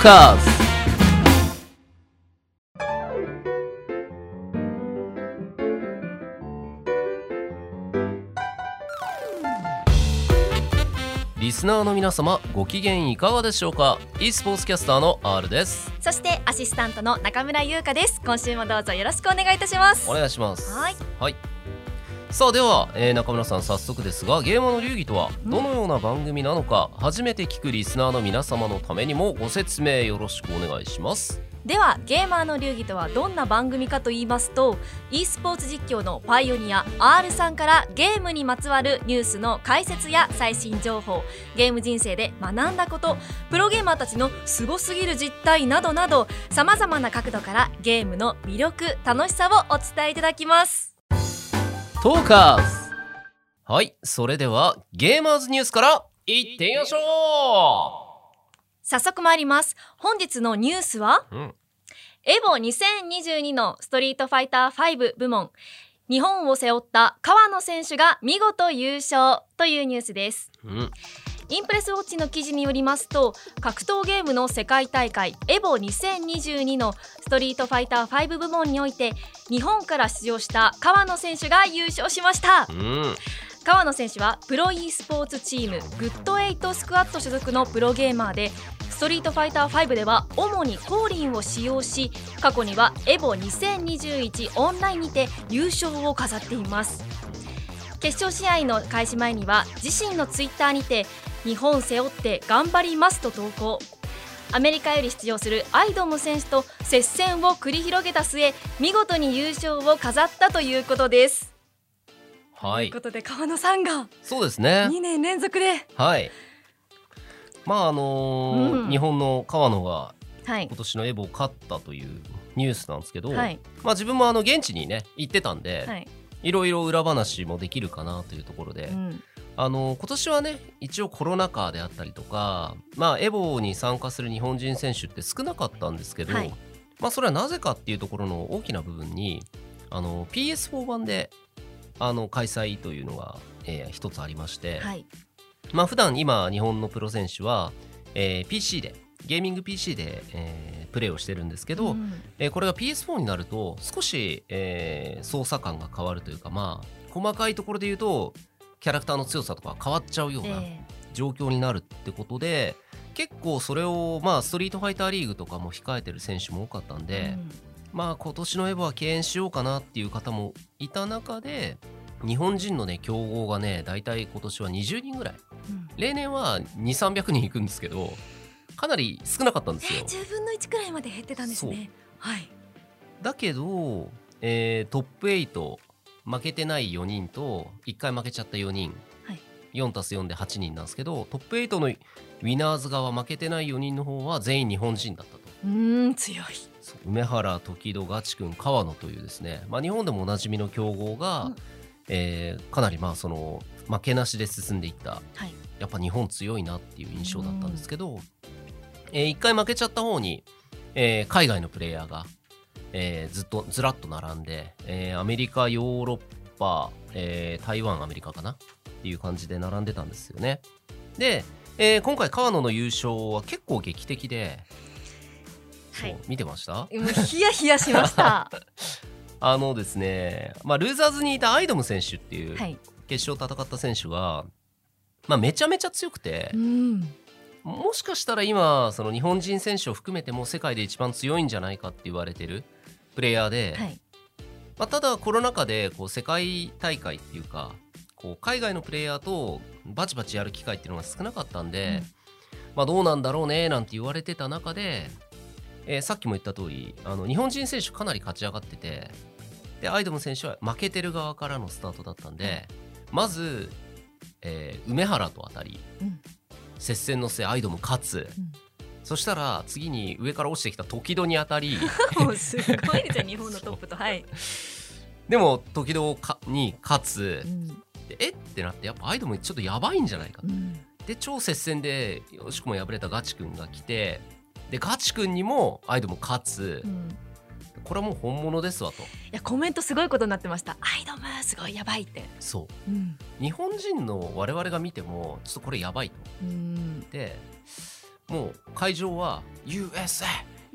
カーズ。リスナーの皆様、ご機嫌いかがでしょうか。 e スポーツキャスターの R です。 そしてアシスタントの中村優香です。今週もどうぞよろしくお願いいたします。 お願いします。 はい、 さあでは、中村さん、早速ですが、ゲーマーの流儀とはどのような番組なのか、初めて聞くリスナーの皆様のためにもご説明よろしくお願いします。 ではゲーマーの流儀とはどんな番組かと言いますと、 e スポーツ実況のパイオニア R さんからゲームにまつわるニュースの解説や最新情報、ゲーム人生で学んだこと、プロゲーマーたちのすごすぎる実態などなど、さまざまな角度からゲームの魅力、楽しさをお伝えいただきます。 トーカーズ。はい、それではゲーマーズニュースからいってみましょ早速参ります。本日のニュースは、エボ2022のストリートファイター5部門、日本を背負った川野選手が見事優勝というニュースです。インプレスウォッチの記事によりますと、格闘ゲームの世界大会エボ2022のストリートファイター5部門において、日本から出場した川野選手が優勝しました。川野選手はプロ e スポーツチームグッド8スクワット所属のプロゲーマーで、ストリートファイター5では主にコーリンを使用し、過去にはエボ2021オンラインにて優勝を飾っています。決勝試合の開始前には自身のツイッターにて、日本背負って頑張りますと投稿。アメリカより出場するアイドム選手と接戦を繰り広げた末、見事に優勝を飾ったということです。ということで川野さんがそうですね、 2年連続で、 日本の川野が今年のエボを勝ったというニュースなんですけど、自分も現地にね行ってたんで、いろいろ裏話もできるかなというところで、今年はね一応コロナ禍であったりとか、エボに参加する日本人選手って少なかったんですけど、それはなぜかっていうところの大きな部分にPS4 版で開催というのが、一つありまして、普段今日本のプロ選手は、PC でゲーミング PC で、プレーをしてるんですけど、これが PS4 になると少し、操作感が変わるというか、細かいところで言うとキャラクターの強さとか変わっちゃうような状況になるってことで、結構それをストリートファイターリーグとかも控えてる選手も多かったんで、今年のエボは敬遠しようかなっていう方もいた中で、日本人のね強豪がねだいたい今年は20人ぐらい、例年は2、300人いくんですけど、かなり少なかったんですよ。 10分の1くらいまで減ってたんですね。 だけど、トップ8負けてない4人と1回負けちゃった4人、4+4 で8人なんですけど、トップ8のウィナーズ側負けてない4人の方は全員日本人だったと。 強い。 梅原、時戸、ガチ君、川野というですね、日本でもおなじみの強豪が、かなりその負けなしで進んでいった、やっぱ日本強いなっていう印象だったんですけど、1回負けちゃった方に、海外のプレイヤーが、ずらっと並んで、アメリカ、ヨーロッパ、台湾、アメリカかなっていう感じで並んでたんですよね。で、今回川野の優勝は結構劇的で、見てました？ ヒヤヒヤしましたですね、ルーザーズにいたアイドム選手っていう決勝戦った選手が、めちゃめちゃ強くて、もしかしたら今その日本人選手を含めても世界で一番強いんじゃないかって言われてるプレイヤーで、ただコロナ禍で世界大会っていうか、海外のプレイヤーとバチバチやる機会っていうのが少なかったんで、どうなんだろうねなんて言われてた中で、さっきも言った通り日本人選手かなり勝ち上がってて、でアイドム選手は負けてる側からのスタートだったんで、まず、梅原と当たり、接戦の末アイドム勝つ、そしたら次に上から落ちてきた時戸に当たりすごいですよ日本のトップと。 でも時戸に勝つ、でってなって、やっぱアイドムちょっとやばいんじゃないか、で超接戦で惜しくも敗れたガチ君が来て、でガチ君にもアイドム勝つ、これはもう本物ですわと。 いやコメントすごいことになってました。アイドムすごいやばいって。 そう、日本人の我々が見てもちょっとこれやばいと。でもう会場は USA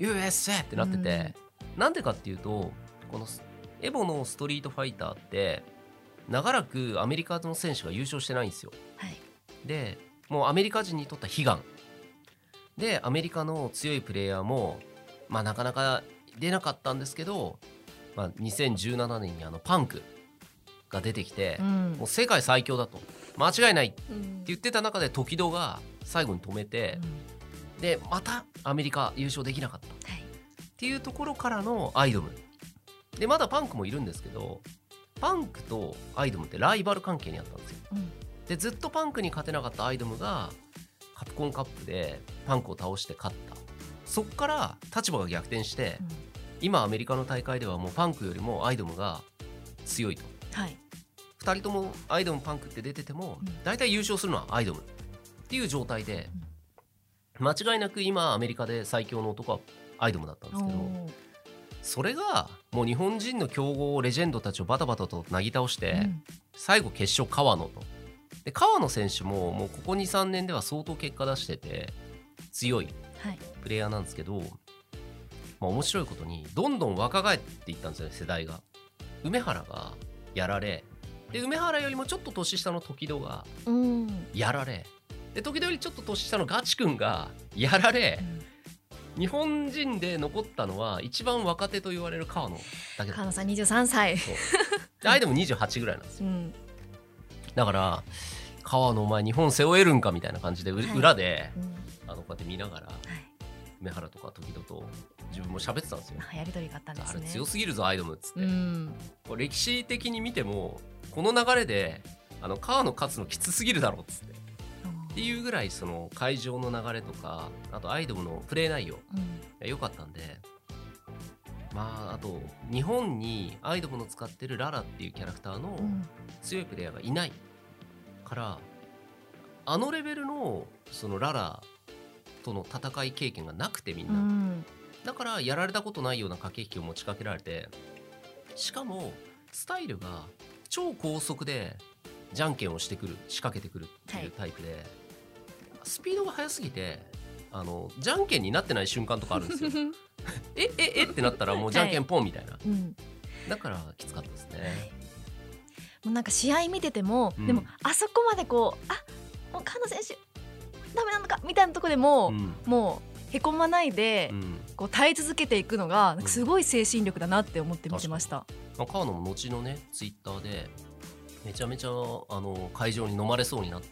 USA ってなってて、なんでかっていうとこのエボのストリートファイターって長らくアメリカの選手が優勝してないんですよ、はい、でもうアメリカ人にとった悲願でアメリカの強いプレイヤーも、まあ、なかなか出なかったんですけど、まあ、2017年にパンクが出てきて、もう世界最強だと間違いないって言ってた中で時戸が最後に止めて、でまたアメリカ優勝できなかった、はい、っていうところからのアイドムで、まだパンクもいるんですけど、パンクとアイドムってライバル関係にあったんですよ、でずっとパンクに勝てなかったアイドムがカプコンカップでパンクを倒して勝った。そっから立場が逆転して、今アメリカの大会ではもうパンクよりもアイドムが強いと、はい、2人ともアイドムパンクって出てても大体優勝するのはアイドムっていう状態で、間違いなく今アメリカで最強の男はアイドムだったんですけど、それがもう日本人の強豪レジェンドたちをバタバタとなぎ倒して、最後決勝川野と、で川野選手ももうここ 2,3 年では相当結果出してて強いプレイヤーなんですけど、まあ、面白いことにどんどん若返っていったんですよね、世代が。梅原がやられで、梅原よりもちょっと年下の時戸がやられで、時戸よりちょっと年下のガチ君がやられ、日本人で残ったのは一番若手と言われる川野だけだ。 川野さん23歳で相手も28ぐらいなんですよ、だから川野お前日本背負えるんかみたいな感じで、裏で、こうやって見ながら、梅原とか時戸と自分も喋ってたんですよ。 やり取りがあったんですね。 あれ強すぎるぞアイドムっつって、これ歴史的に見てもこの流れで川野勝つのきつすぎるだろうっつってっていうぐらい、その会場の流れとか、あとアイドムのプレー内容良かったんで、まああと日本にアイドムの使ってるララっていうキャラクターの強いプレイヤーがいないから、レベルのそのララとの戦い経験がなくて、みんな、だからやられたことないような駆け引きを持ちかけられて、しかもスタイルが超高速でじゃんけんをしてくる、仕掛けてくるっていうタイプで、スピードが速すぎてじゃんけんになってない瞬間とかあるんですよえってなったらもうじゃんけんポンみたいな、だからきつかったですね、 もうなんか試合見てても、でもあそこまでこうもう川野選手ダメなのかみたいなところでも、もうへこまないで、こう耐え続けていくのがすごい精神力だなって思って見てました。 川野も後のねツイッターでめちゃめちゃ会場に飲まれそうになった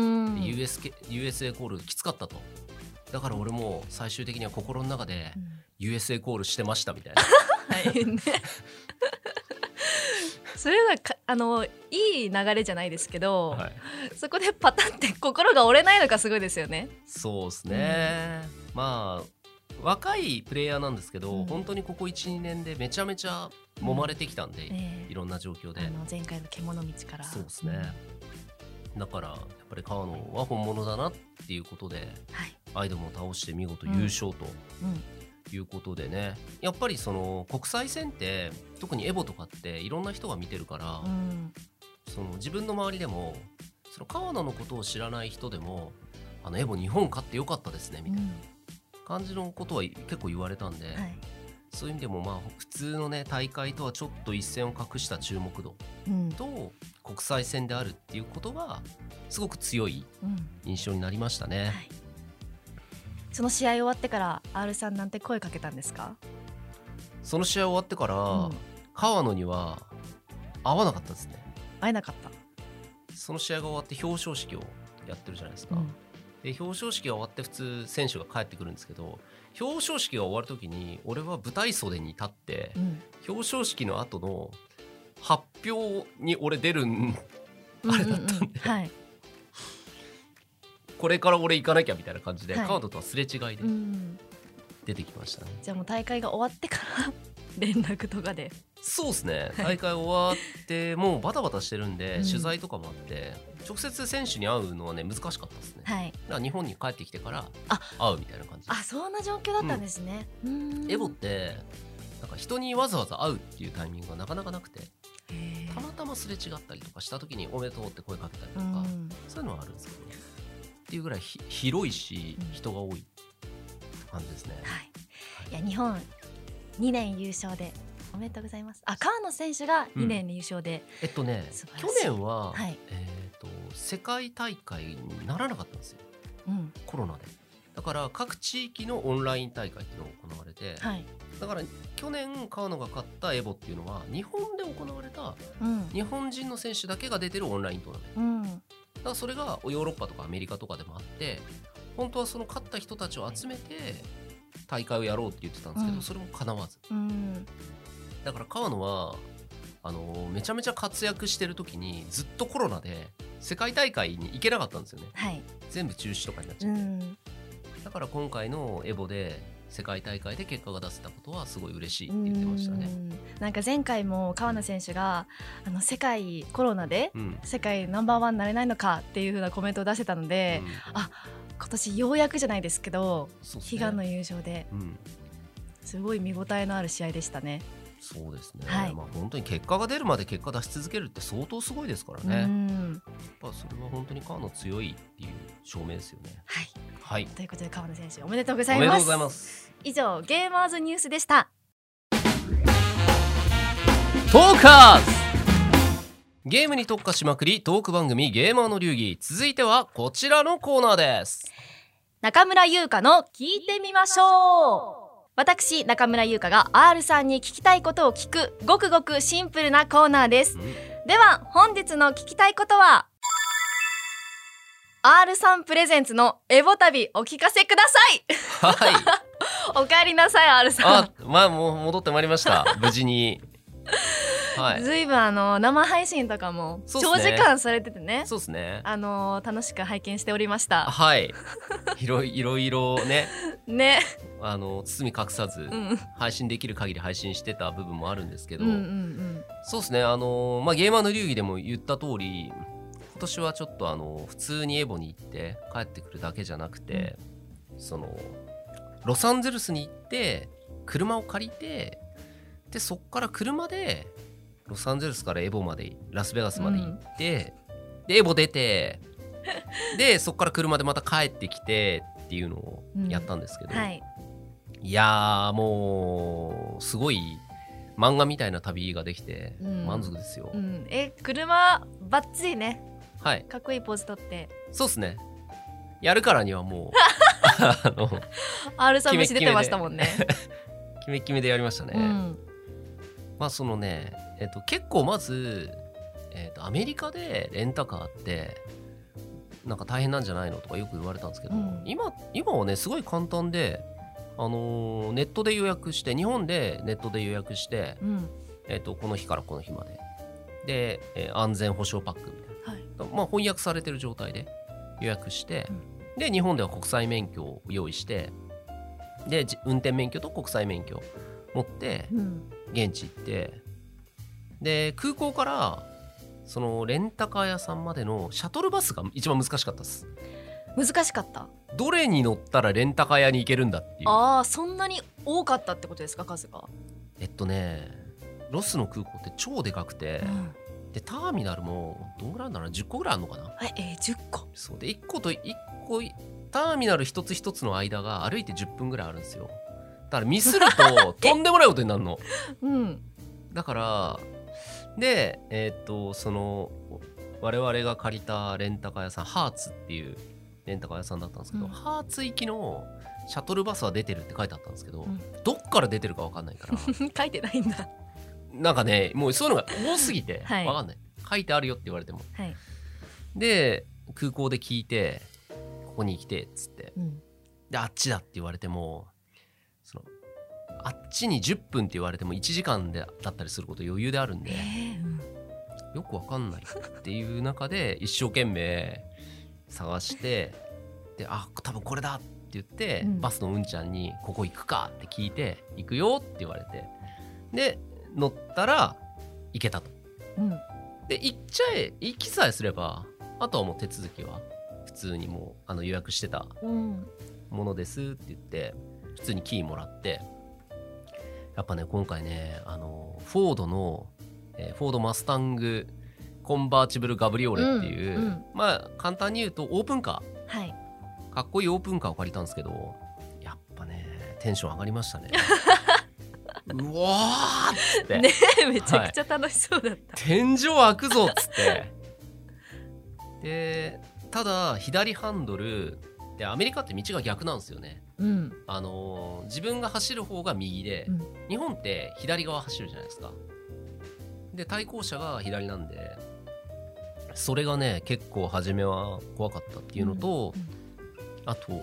、USA コールきつかったと、だから俺も最終的には心の中で USA コールしてましたみたいなそれはいい流れじゃないですけど、そこでパタンって心が折れないのがすごいですよね。 そうですね、まあ若いプレイヤーなんですけど、本当にここ 1,2 年でめちゃめちゃ揉まれてきたんで、いろんな状況で前回の獣道から。 そうですね、だからやっぱり川野は本物だなっていうことで、アイドムを倒して見事優勝ということでね、やっぱりその国際戦って特にエボとかっていろんな人が見てるから、その自分の周りでもその川野のことを知らない人でもエボ日本勝ってよかったですねみたいな感じのことは結構言われたんで、そういう意味でもまあ普通のね大会とはちょっと一線を画した注目度と国際戦であるっていうことがすごく強い印象になりましたね、 その試合終わってから R さんなんて声かけたんですか？ その試合終わってから、川野には会わなかったですね。 会えなかった。 その試合が終わって表彰式をやってるじゃないですか、で表彰式が終わって普通選手が帰ってくるんですけど、表彰式が終わる時に俺は舞台袖に立って、表彰式の後の発表に俺出るあれだったんで、これから俺行かなきゃみたいな感じで、川野とはすれ違いで出てきましたね。 じゃあもう大会が終わってから連絡とかで。 そうですね、大会終わってもうバタバタしてるんで、取材とかもあって直接選手に会うのはね難しかったですね、だから日本に帰ってきてから会うみたいな感じ。 そんな状況だったんですね、 エボってなんか人にわざわざ会うっていうタイミングがなかなかなくて、たまたますれ違ったりとかした時におめでとうって声かけたりとか、そういうのはあるんですけど、っていうぐらい広いし人が多い感じですね。 いや日本2年優勝でおめでとうございます。川野選手が2年優勝で、 去年は、世界大会にならなかったんですよ、コロナで。だから各地域のオンライン大会っていうのが行われて、だから去年川野が勝ったエボっていうのは日本で行われた日本人の選手だけが出てるオンライントーナメント、だからそれがヨーロッパとかアメリカとかでもあって、本当はその勝った人たちを集めて大会をやろうって言ってたんですけど、それも叶わず、だから川野はめちゃめちゃ活躍してる時にずっとコロナで世界大会に行けなかったんですよね、全部中止とかになっちゃって、だから今回のエボで世界大会で結果が出せたことはすごい嬉しいって言ってましたね。 なんか前回も川野選手が世界コロナで世界ナンバーワンになれないのかっていう風なコメントを出してたので、今年ようやくじゃないですけど悲願の優勝で、すごい見応えのある試合でしたね。 そうですね、本当に結果が出るまで結果出し続けるって相当すごいですからね。やっぱそれは本当に川野強いっていう証明ですよね。 ということで川野選手おめでとうございます。おめでとうございます。以上ゲーマーズニュースでした。 トーカーズ、ゲームに特化しまくりトーク番組ゲーマーの流儀、続いてはこちらのコーナーです。 中村優香の聞いてみましょう。私中村優香が R さんに聞きたいことを聞くごくごくシンプルなコーナーです。では本日の聞きたいことは R さんプレゼンツのエボ旅お聞かせください。おかえりなさい R さん。 もう戻ってまいりました無事に。 ずいぶん生配信とかも長時間されててね、 そうですね、 楽しく拝見しておりました。 いろいろね包み隠さず、配信できる限り配信してた部分もあるんですけど、そうですね、ゲーマーの流儀でも言った通り、今年はちょっと普通にエボに行って帰ってくるだけじゃなくて、ロサンゼルスに行って車を借りて、でそっから車でロサンゼルスからエボまでラスベガスまで行って、でエボ出てでそっから車でまた帰ってきてっていうのをやったんですけど、いやーもうすごい漫画みたいな旅ができて満足ですよ。 車バッチリね、かっこいいポーズ取って。 そうっすね、やるからにはもう R さん飯出てましたもんね。 キメキメでやりましたね。そのね、結構まず、アメリカでレンタカーってなんか大変なんじゃないのとかよく言われたんですけど、今はねすごい簡単で、ネットで予約して、日本でネットで予約して、この日からこの日までで、安全保障パックみたいな、翻訳されてる状態で予約して、で日本では国際免許を用意して、で運転免許と国際免許持って現地行って、で空港からそのレンタカー屋さんまでのシャトルバスが一番難しかったです。 難しかった。 どれに乗ったらレンタカー屋に行けるんだっていう。 そんなに多かったってことですか、数が。 ロスの空港って超でかくて、でターミナルもどんぐらいなの、10個ぐらいあるのかな。 10個。 そうで、1個と1個ターミナル一つ一つの間が歩いて10分ぐらいあるんですよ。だからミスるととんでもないことになるの。だからでその我々が借りたレンタカー屋さん、ハーツっていうレンタカー屋さんだったんですけど、ハーツ行きのシャトルバスは出てるって書いてあったんですけど、どっから出てるか分かんないから書いてないんだ。 なんかね、もうそういうのが多すぎて分かんない、書いてあるよって言われても、で空港で聞いて、ここに来てっつって、であっちだって言われても、あっちに10分って言われても1時間だったりすること余裕であるんで、よくわかんないっていう中で一生懸命探して、で多分これだって言って、バスのうんちゃんにここ行くかって聞いて、行くよって言われて、で乗ったら行けたと、で行きさえすれば、あとはもう手続きは普通にもう予約してたものですって言って普通にキーもらって、やっぱね今回ねフォードの、フォードマスタングコンバーチブルガブリオーレっていう、簡単に言うとオープンカー、かっこいいオープンカーを借りたんですけど、やっぱねテンション上がりましたねうわーっつってね、めちゃくちゃ楽しそうだった、 天井開くぞっつってでただ左ハンドルでアメリカって道が逆なんですよね、自分が走る方が右で、日本って左側走るじゃないですか。で対向車が左なんで、それがね結構初めは怖かったっていうのと、あと、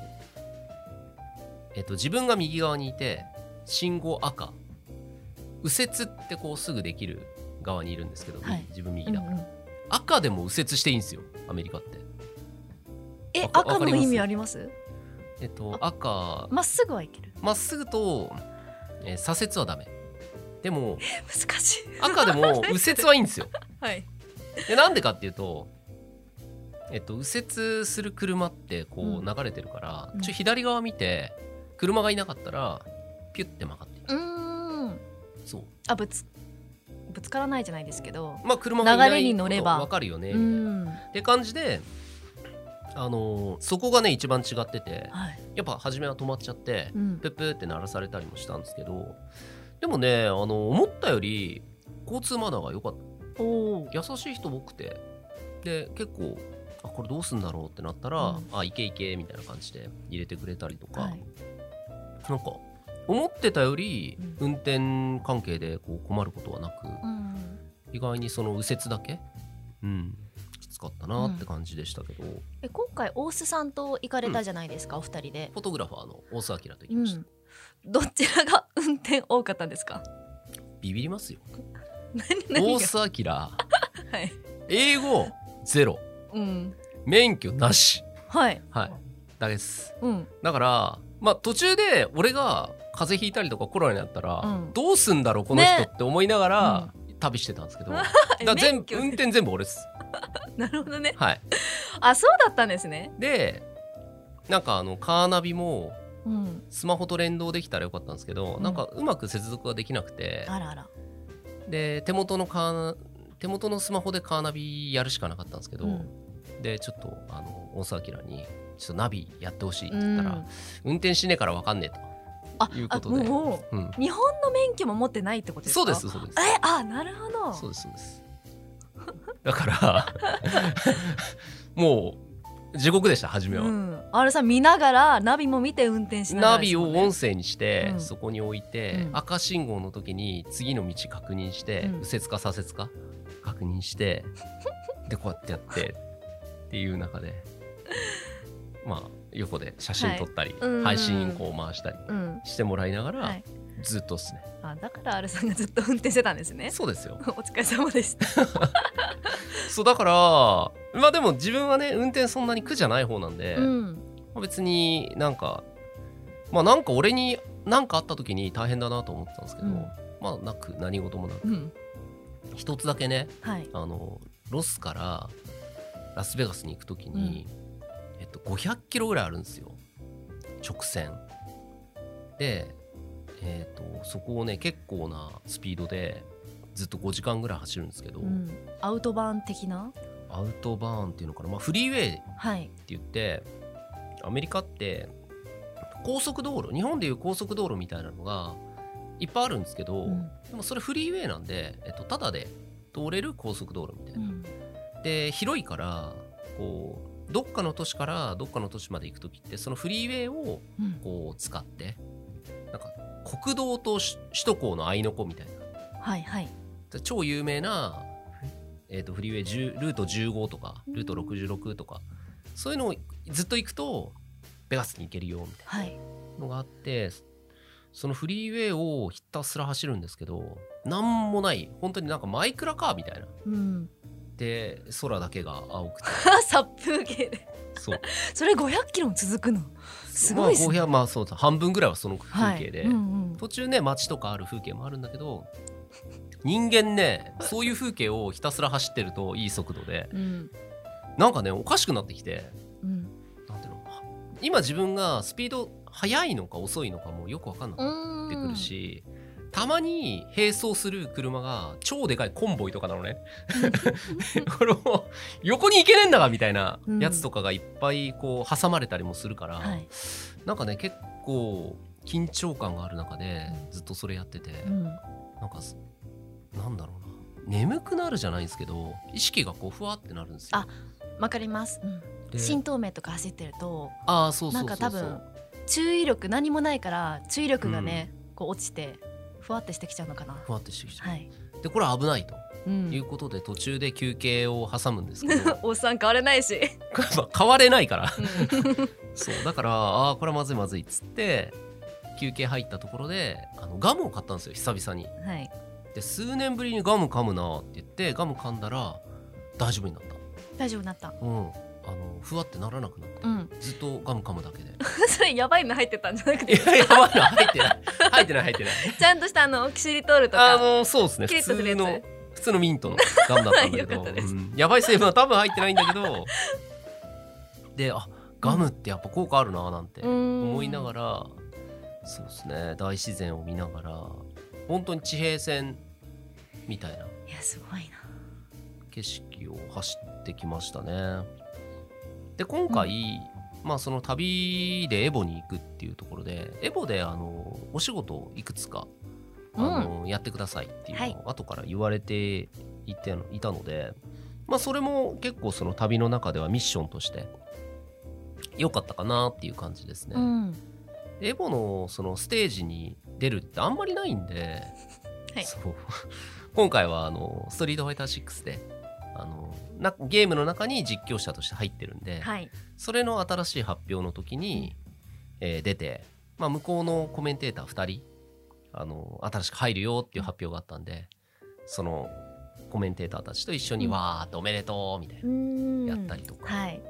自分が右側にいて信号赤、右折ってこうすぐできる側にいるんですけど、自分右だから、赤でも右折していいんですよアメリカって。 赤の意味あります？ 赤まっすぐはいける。 まっすぐと、左折はダメ。でも難しい。 赤でも右折はいいんですよはいでなんでかっていうと、右折する車ってこう流れてるから、左側見て車がいなかったらピュッて曲がっていく。そうぶつからないじゃないですけど、 車がいない流れに乗れば分かるよねみたいなって感じで、そこがね一番違ってて、やっぱ初めは止まっちゃって、プップって鳴らされたりもしたんですけど、でもね思ったより交通マナーが良かった。優しい人多くて、で結構これどうすんだろうってなったら、いけいけみたいな感じで入れてくれたりとか、なんか思ってたより運転関係でこう困ることはなく、意外にその右折だけ、きつかったなって感じでしたけど、 今回大須さんと行かれたじゃないですか、お二人で。 フォトグラファーの大須明と行きました。 どちらが運転多かったんですか？ ビビりますよ大須明英語ゼロ、免許なし、だけです、だから途中で俺が風邪ひいたりとかコロナになったら、どうすんだろうこの人って思いながら、旅してたんですけど運転全部俺です。 なるほどね。そうだったんですね。 でなんかカーナビもスマホと連動できたらよかったんですけど、なんかうまく接続ができなくて、で手元のスマホでカーナビやるしかなかったんですけど、でちょっと大須明にちょっとナビやってほしいって言ったら、運転しねえから分かんねえということで、 日本の免許も持ってないってことですか？ そうです。 なるほど。 そうですだからもう地獄でした初めは。 Rさん見ながらナビも見て運転しながら、 ナビを音声にして、そこに置いて、赤信号の時に次の道確認して、右折か左折か確認してでこうやってやってっていう中で横で写真撮ったり、配信こう回したりしてもらいながら、ずっとですね。 だから R さんがずっと運転してたんですね。 そうですよ。 お疲れ様でしたそうだからでも自分はね運転そんなに苦じゃない方なんで、別になんか俺に何かあった時に大変だなと思ってたんですけど、なく何事もなく、一つだけね、ロスからラスベガスに行く時に、500キロぐらいあるんですよ直線で。そこをね結構なスピードでずっと5時間ぐらい走るんですけど、 アウトバーン的な、 アウトバーンっていうのかな、フリーウェイって言って、アメリカって高速道路、日本でいう高速道路みたいなのがいっぱいあるんですけど、でもそれフリーウェイなんで、ただで通れる高速道路みたいな、で広いからこうどっかの都市からどっかの都市まで行くときってそのフリーウェイをこう使って、なんか国道と首都高の合いの子みたいな、超有名な、フリーウェイルート15とかルート66とか、そういうのをずっと行くとベガスに行けるよみたいなのがあって、そのフリーウェイをひたすら走るんですけど、なんもない、本当になんかマイクラカーみたいな、で空だけが青くて殺風景でそれ500キロも続くのすごいですね。 そう半分ぐらいはその風景で、途中ね街とかある風景もあるんだけど、人間ねそういう風景をひたすら走ってるといい速度で、なんかねおかしくなってきて、なんていうの、今自分がスピード速いのか遅いのかもよく分かんなくなってくるし、たまに並走する車が超でかいコンボイとかなのねこれも横に行けねえんだがみたいなやつとかがいっぱいこう挟まれたりもするから、なんかね結構緊張感がある中でずっとそれやってて、なんかなんだろうな、眠くなるじゃないんですけど意識がこうふわってなるんですよ。 あ、わかります、新東名とか走ってると、なんか多分注意力何もないから注意力がね、こう落ちてふわってしてきちゃうのかな。 ふわってしてきちゃう、でこれ危ないということで、途中で休憩を挟むんですけどおっさん変われないし変われないからそうだからこれはまずいまずいっつって休憩入ったところでガムを買ったんですよ、久々に。で数年ぶりにガム噛むなって言ってガム噛んだら大丈夫になった。 大丈夫になった。 ふわってならなくなった、ずっとガム噛むだけでそれやばいの入ってたんじゃなくて。 やばいの入ってない入ってないちゃんとしたキシリトールとかそうですね、普通のミントのガムだったんだけどやばい成分は多分入ってないんだけどでガムってやっぱ効果あるななんて思いながら、そうですね、大自然を見ながら本当に地平線みたいな、いやすごいな景色を走ってきましたね。で今回、その旅でエボに行くっていうところでエボでお仕事をいくつかやってくださいっていうのを後から言われていたので、それも結構その旅の中ではミッションとして良かったかなっていう感じですね。エボのそのステージに出るってあんまりないんで、そう今回はストリートファイター6でゲームの中に実況者として入ってるんで、それの新しい発表の時に、出て、向こうのコメンテーター2人新しく入るよっていう発表があったんで、そのコメンテーターたちと一緒にわーっておめでとうみたいなやったりとか、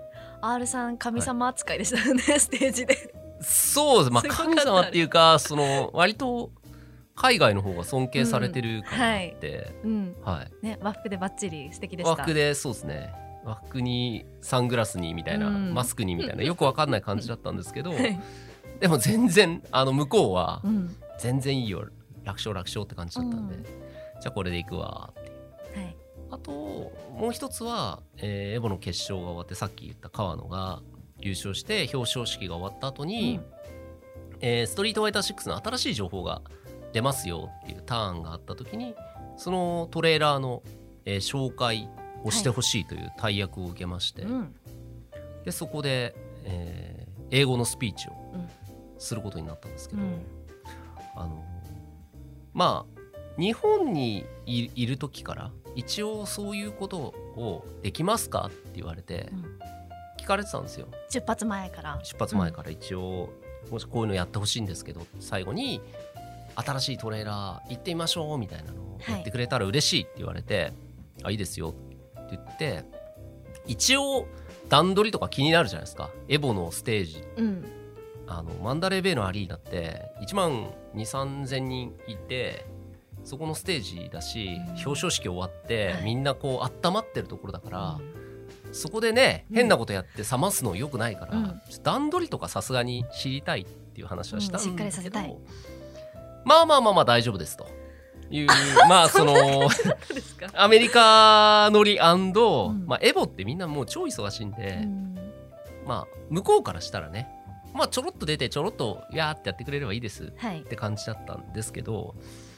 R さん神様扱いでしたよね、ステージで。 そうです、神様っていうか割と海外の方が尊敬されてるからって、 和服でバッチリ素敵でした。 和服で、そうですね、和服にサングラスにみたいな、マスクにみたいなよくわかんない感じだったんですけどでも全然向こうは全然いいよ、楽勝って感じだったんで、じゃあこれでいくわっていう、あともう一つは、エボの決勝が終わってさっき言った川野が優勝して表彰式が終わった後に、ストリートファイター6の新しい情報が出ますよっていうターンがあった時に、そのトレーラーの、紹介をしてほしいという大役を受けまして、でそこで、英語のスピーチをすることになったんですけど、日本にいる時から一応そういうことをできますかって言われて聞かれてたんですよ。 出発前から一応もしこういうのやってほしいんですけど、最後に新しいトレーラー行ってみましょうみたいなのを言ってくれたら嬉しいって言われて、いいですよって言って、一応段取りとか気になるじゃないですか。エボのステージ、マンダレーベイのアリーナって1万2,000-3,000人いて、そこのステージだし、表彰式終わって、みんなこう温まってるところだから、そこでね変なことやって冷ますの良くないから、段取りとかさすがに知りたいっていう話はしたんだけど、 しっかりさせたい。 まあ大丈夫ですというそのアメリカ乗り&、エボってみんなもう超忙しいんで、向こうからしたらね、ちょろっと出てちょろっとやってやってくれればいいですって感じだったんですけど、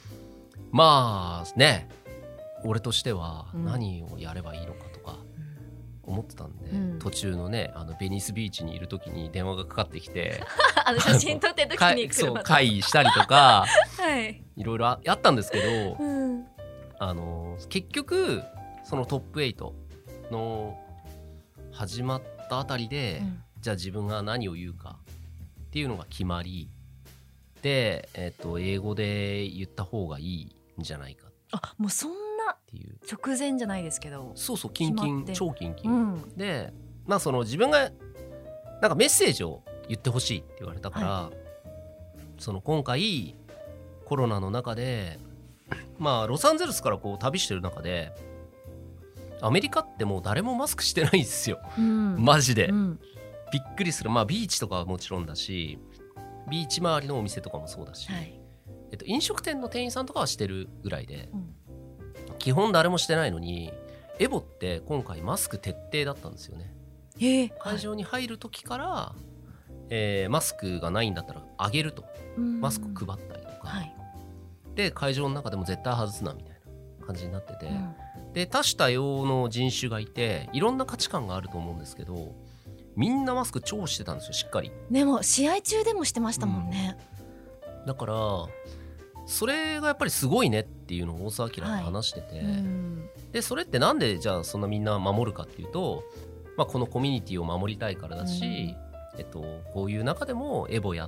ね、俺としては何をやればいいのかとか思ってたんで、途中のねベニスビーチにいる時に電話がかかってきて写真撮ってる時に会議したりとか、いろいろあったんですけど、結局そのトップ8の始まったあたりで、じゃあ自分が何を言うかっていうのが決まりで、英語で言った方がいいんじゃないか。 もうそんな直前じゃないですけど、 超キンキン、でその自分がなんかメッセージを言ってほしいって言われたから、その今回コロナの中でロサンゼルスからこう旅してる中で、アメリカってもう誰もマスクしてないんですよ、マジで、びっくりする。ビーチとかはもちろんだし、ビーチ周りのお店とかもそうだし、飲食店の店員さんとかはしてるぐらいで、基本誰もしてないのに、エボって今回マスク徹底だったんですよね。会場に入る時からマスクがないんだったらあげると、マスク配ったりとか、はい、で会場の中でも絶対外すなみたいな感じになってて、で多種多様の人種がいていろんな価値観があると思うんですけど、みんなマスク超してたんですよ、しっかり。 でも試合中でもしてましたもんね、 だからそれがやっぱりすごいねっていうのを大沢明が話してて、はい、でそれってなんでじゃあそんなみんな守るかっていうと、このコミュニティを守りたいからだし、こういう中でもエボやって、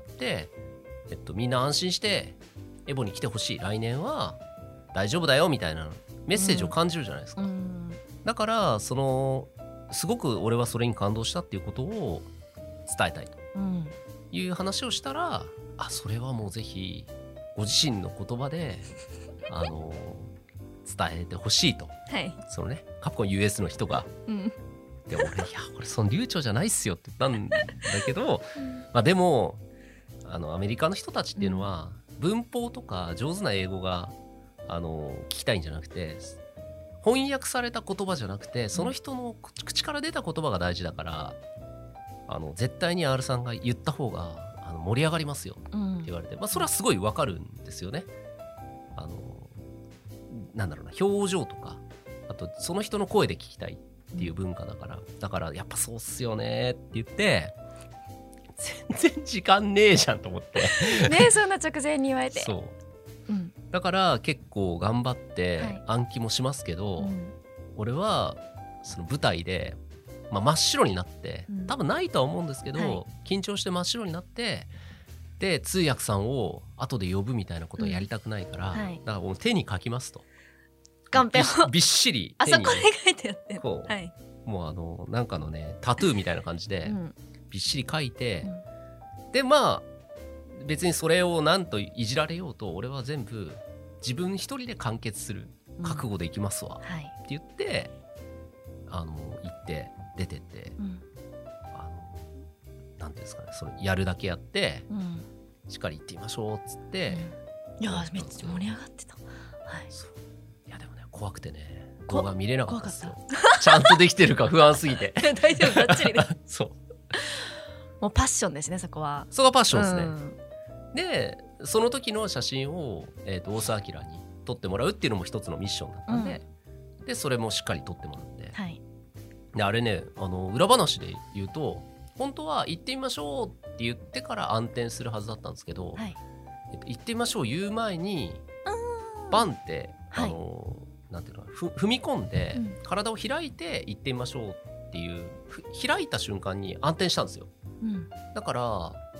みんな安心してエボに来てほしい、来年は大丈夫だよみたいなメッセージを感じるじゃないですか、だからすごく俺はそれに感動したっていうことを伝えたいという話をしたら、それはもうぜひご自身の言葉で伝えてほしいと、はい、そのねカプコン US の人が、で俺いやこれその流暢じゃないっすよって言ったんだけど、でもアメリカの人たちっていうのは文法とか上手な英語が聞きたいんじゃなくて、翻訳された言葉じゃなくてその人の口から出た言葉が大事だから、絶対に R さんが言った方が盛り上がりますよって言われて、それはすごい分かるんですよね。なんだろうな、表情とかあとその人の声で聞きたいっていう文化だから、だからやっぱそうっすよねって言って、全然時間ねえじゃんと思ってね、そんな直前に言われて、 そう、だから結構頑張って暗記もしますけど、俺はその舞台で、真っ白になって、多分ないとは思うんですけど、緊張して真っ白になって、で通訳さんを後で呼ぶみたいなことをやりたくないから、だからもう手に書きますと、 カンペをびっしりあそこで書いてやって、 こう、もうなんかのねタトゥーみたいな感じでびっしり書いて、で別にそれをなんといじられようと俺は全部自分一人で完結する覚悟でいきますわ、って言って行って出てって、なんていうんですかね、それやるだけやって、しっかり行ってみましょうっつって、 いやめっちゃ盛り上がってた、 いやでもね怖くてね動画見れなかったですよちゃんとできてるか不安すぎて大丈夫、バッチリでそうもうパッションですね、そこは。 そこがパッションですね、でその時の写真を、大沢明に撮ってもらうっていうのも一つのミッションだったんで、でそれもしっかり撮ってもらって、であれね裏話で言うと本当は行ってみましょうって言ってから暗転するはずだったんですけど、行ってみましょう言う前にバンって、なんていうの踏み込んで、体を開いて行ってみましょうっていう開いた瞬間に暗転したんですよ、だから、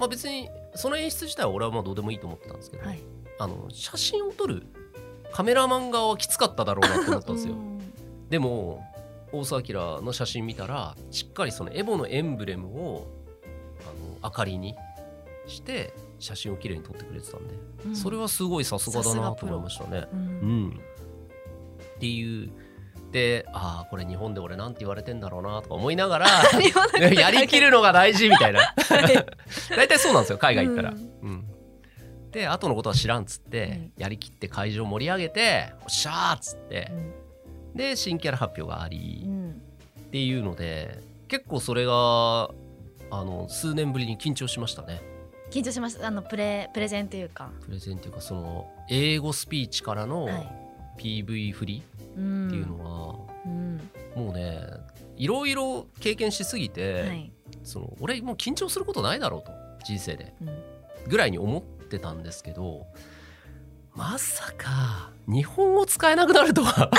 別にその演出自体は俺はどうでもいいと思ってたんですけど、写真を撮るカメラマン側はきつかっただろうなと思ったんですよでも大沢明の写真見たらしっかりそのエボのエンブレムを明かりにして写真をきれいに撮ってくれてたんで、それはすごいさすがだなと思いましたね、っていうで、これ日本で俺なんて言われてんだろうなとか思いながらやりきるのが大事みたいな大体そうなんですよ海外行ったら、で後のことは知らんっつって、やりきって会場盛り上げておっしゃーっつって、で新キャラ発表があり、っていうので結構それが数年ぶりに緊張しましたね。 緊張しました。プレゼンというかその英語スピーチからの PV 振りっていうのは、もうねいろいろ経験しすぎて、俺もう緊張することないだろうと人生で、ぐらいに思ってたんですけど、まさか日本語使えなくなるとは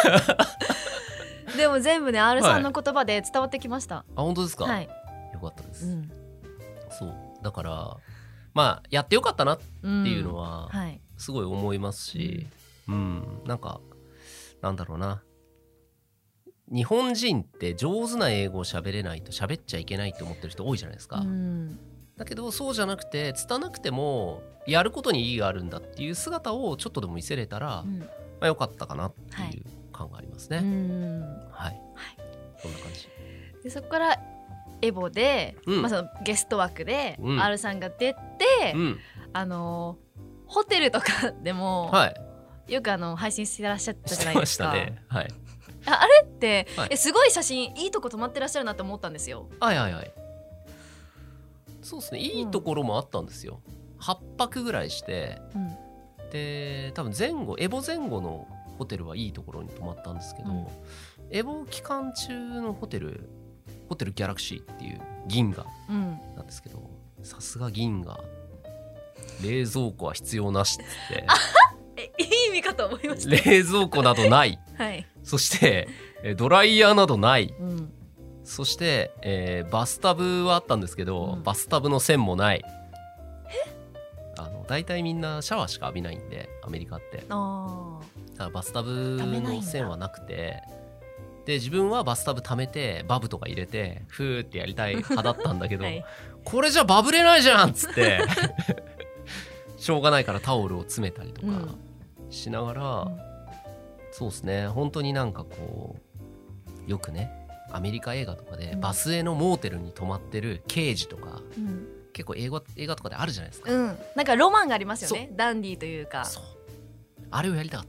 でも全部ね R さんの言葉で伝わってきました、 本当ですか、よかったです、そうだからやってよかったなっていうのはすごい思いますし、なんかなんだろうな、日本人って上手な英語を喋れないと喋っちゃいけないって思ってる人多いじゃないですか、だけどそうじゃなくて拙なくてもやることに意義があるんだっていう姿をちょっとでも見せれたら、よかったかなっていう感がありますね、そんな感じで、そこからエボで、そのゲスト枠で R さんが出て、ホテルとかでも、よく配信してらっしゃったじゃないですか。してましたね、あれって、すごい写真いいとこ止まってらっしゃるなと思ったんですよ。 そうですね、いいところもあったんですよ。8泊ぐらいして、で多分エボ前後のホテルはいいところに泊まったんですけど、エボ期間中のホテルギャラクシーっていう銀河なんですけど、さすが銀河冷蔵庫は必要なしっていい意味かと思いました。 冷蔵庫などない、はい、そしてドライヤーなどない、そして、バスタブはあったんですけど、バスタブの線もない。だいたいみんなシャワーしか浴びないんで、アメリカって。だからバスタブの線はなくて、で自分はバスタブ溜めてバブとか入れてふーってやりたい派だったんだけど、はい、これじゃバブれないじゃんっつってしょうがないからタオルを詰めたりとかしながら、そうですね、本当になんかこうよくねアメリカ映画とかでバスへのモーテルに泊まってる刑事とか、結構映画とかであるじゃないですか、 なんかロマンがありますよね、ダンディーというか。そう、 あれをやりたかった、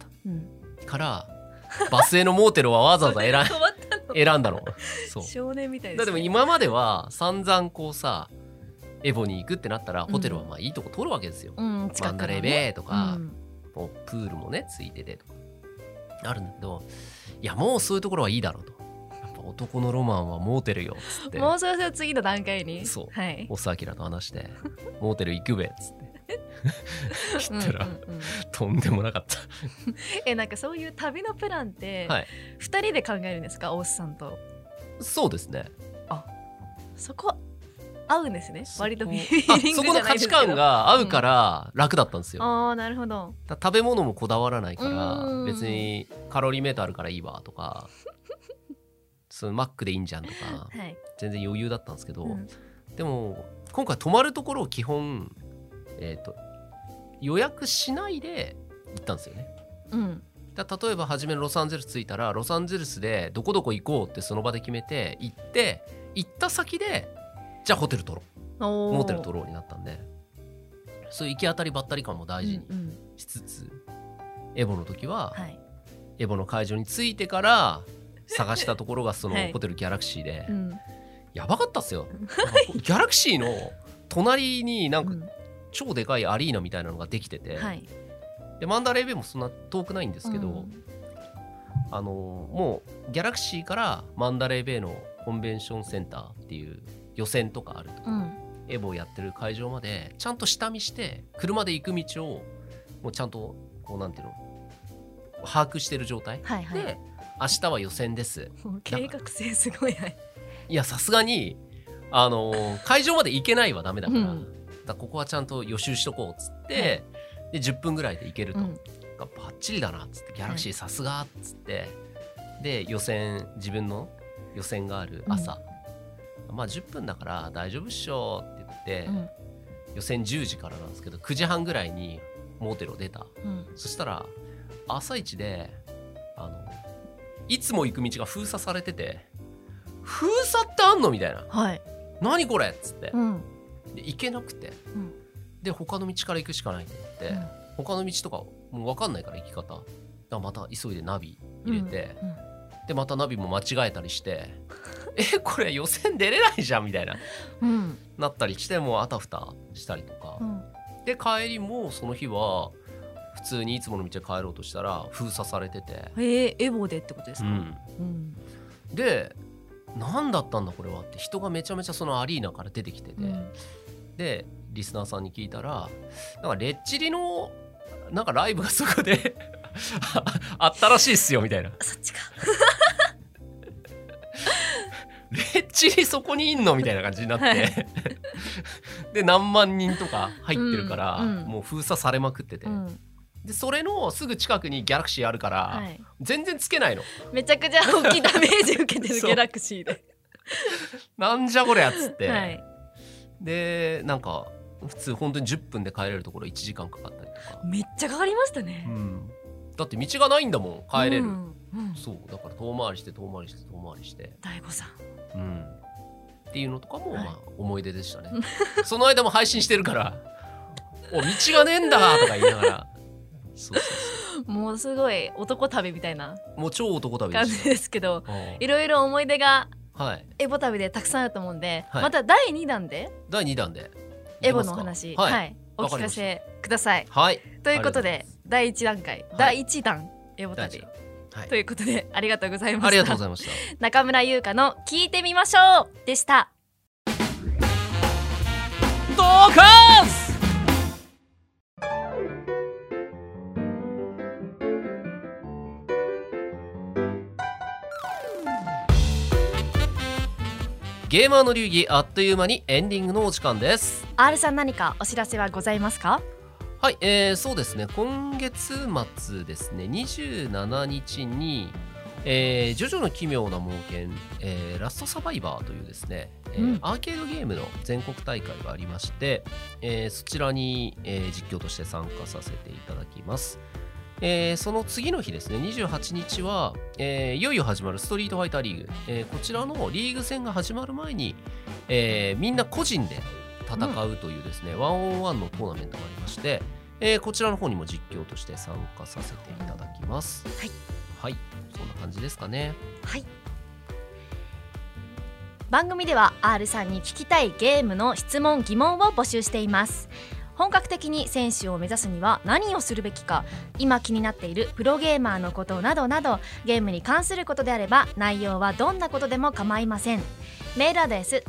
からバスへのモーテルはわざわざ選んだの。そう、 少年みたいですね。 だでも今までは散々こうさエボに行くってなったらホテルはまあいいとこ取るわけですよ、マンダレーベーとか、プールもねついててとかあるんだけど、いやもうそういうところはいいだろうと、やっぱ男のロマンはモーテルよっつって、 もうそろそろ次の段階に、 そう、はい、オスアキラと話してモーテル行くべっつって言ったらとんでもなかったなんかそういう旅のプランって2人で考えるんですか、大須さんと。 そうですね。 あ、そこ合うんですね。割とフィーリングじゃないですけど、 そこの価値観が合うから楽だったんですよ、 ああ、なるほど。 食べ物もこだわらないから別にカロリーメーターあるからいいわとかそのマックでいいんじゃんとか、はい、全然余裕だったんですけど、でも今回泊まるところを基本予約しないで行ったんですよね、例えば初めロサンゼルス着いたらロサンゼルスでどこどこ行こうってその場で決めて行った先でじゃあホテル取ろう、モーテル取ろうになったんで、そういう行き当たりばったり感も大事にしつつ、エボの時は、はい、エボの会場に着いてから探したところがそのホテルギャラクシーで、やばかったっすよギャラクシーの隣になんか超でかいアリーナみたいなのができてて、でマンダレーベイもそんな遠くないんですけど、もうギャラクシーからマンダレーベイのコンベンションセンターっていう予選とかあるところ、エボをやってる会場までちゃんと下見して車で行く道をもうちゃんとこうなんていうの把握してる状態、で明日は予選です。 計画性すごい。 いやさすがに会場まで行けないはダメだから、ここはちゃんと予習しとこうっつって、で10分ぐらいで行けると、バッチリだなっつって、ギャラクシーさすがっつって、で自分の予選がある朝、まあ10分だから大丈夫っしょって言って、予選10時からなんですけど9時半ぐらいにモーテルを出た、そしたら朝一でいつも行く道が封鎖されてて、封鎖ってあんのみたいな、何これっつって、で行けなくて、で他の道から行くしかないと思って、他の道とかもう分かんないから行き方だからまた急いでナビ入れて、でまたナビも間違えたりしてこれ予選出れないじゃんみたいな、なったりしてもうあたふたしたりとか、で帰りもその日は普通にいつもの道で帰ろうとしたら封鎖されてて、 エボでってことですか、 で何だったんだこれはって人がめちゃめちゃそのアリーナから出てきてて、でリスナーさんに聞いたらなんかレッチリのなんかライブがそこであったらしいっすよみたいな。 そっちかレッチリそこにいんのみたいな感じになってで何万人とか入ってるから、もう封鎖されまくってて、でそれのすぐ近くにギャラクシーあるから、全然つけないの。 めちゃくちゃ大きいダメージ受けてるギャラクシーでなんじゃこれやっつって、でなんか普通本当に10分で帰れるところ1時間かかったりとか。 めっちゃかかりましたね、 だって道がないんだもん帰れる、そうだから遠回りして遠回りして遠回りして大悟さん、 っていうのとかもまあ思い出でしたねその間も配信してるからお道がねえんだとか言いながらそうもうすごい男旅みたいなもう超男旅感じですけど、いろいろ思い出がエボ旅でたくさんあると思うんで、また第2弾でエボのお話、お聞かせください。ということで第1段階、第1弾エボ旅ということで、ありがとうございました。 ありがとうございました。 中村優香の聞いてみましょうでした。 ドカンスゲーマーの流儀、あっという間にエンディングのお時間です。 R さん、何かお知らせはございますか？ はい、そうですね、今月末ですね、27日に、ジョジョの奇妙な冒険、ラストサバイバーというですね、アーケードゲームの全国大会がありまして、そちらに、実況として参加させていただきます。その次の日ですね、28日は、いよいよ始まるストリートファイターリーグ、こちらのリーグ戦が始まる前に、みんな個人で戦うというですね、ワンオンワンのトーナメントがありまして、こちらの方にも実況として参加させていただきます。はい、そんな感じですかね。 はい、番組では R さんに聞きたいゲームの質問・疑問を募集しています。本格的に選手を目指すには何をするべきか、今気になっているプロゲーマーのことなどなど、ゲームに関することであれば内容はどんなことでも構いません。メールアドレス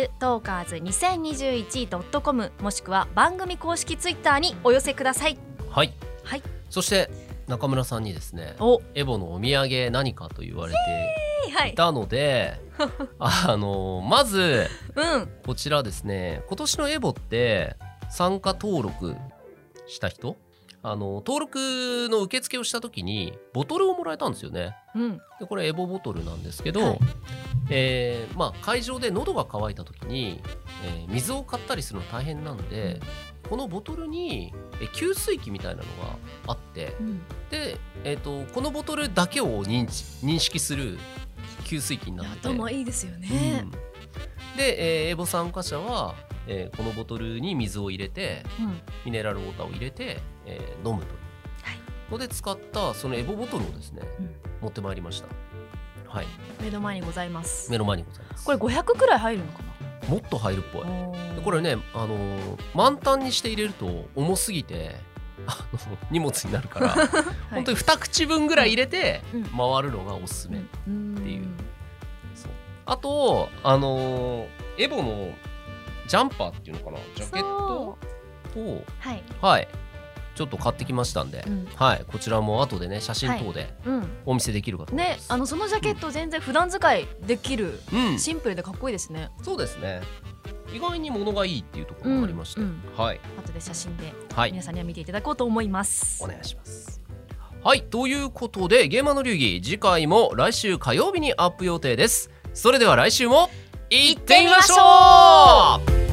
rtalkers2021.com もしくは番組公式ツイッターにお寄せください。 はい、そして中村さんにですね、エボのお土産何かと言われていたので、まず、こちらですね、今年のエボって参加登録した人、登録の受付をした時にボトルをもらえたんですよね。でこれエボボトルなんですけど、会場で喉が渇いた時に、水を買ったりするの大変なんで、このボトルに給水器みたいなのがあって、で、このボトルだけを認識する給水器になってて、 頭いいですよね。 で、エボ参加者はこのボトルに水を入れて、ミネラルウォーターを入れて、飲むというので使ったそのエボボトルをですね、持ってまいりました。 目の前にございます。 目の前にございます。 これ500くらい入るのかな？ もっと入るっぽい。これね、満タンにして入れると重すぎて荷物になるから、本当に2口分ぐらい入れて回るのがおすすめっていう。あとエボのジャンパーっていうのかな、ジャケットをちょっと買ってきましたんで、こちらも後でね、写真等でお見せできるかと思います。 そのジャケット全然普段使いできる、シンプルでかっこいいですね。 そうですね、意外に物がいいっていうところがありまして、後で写真で皆さんには見ていただこうと思います。 お願いします。はい、ということでゲーマーの流儀、次回も来週火曜日にアップ予定です。それでは来週も行ってみましょう。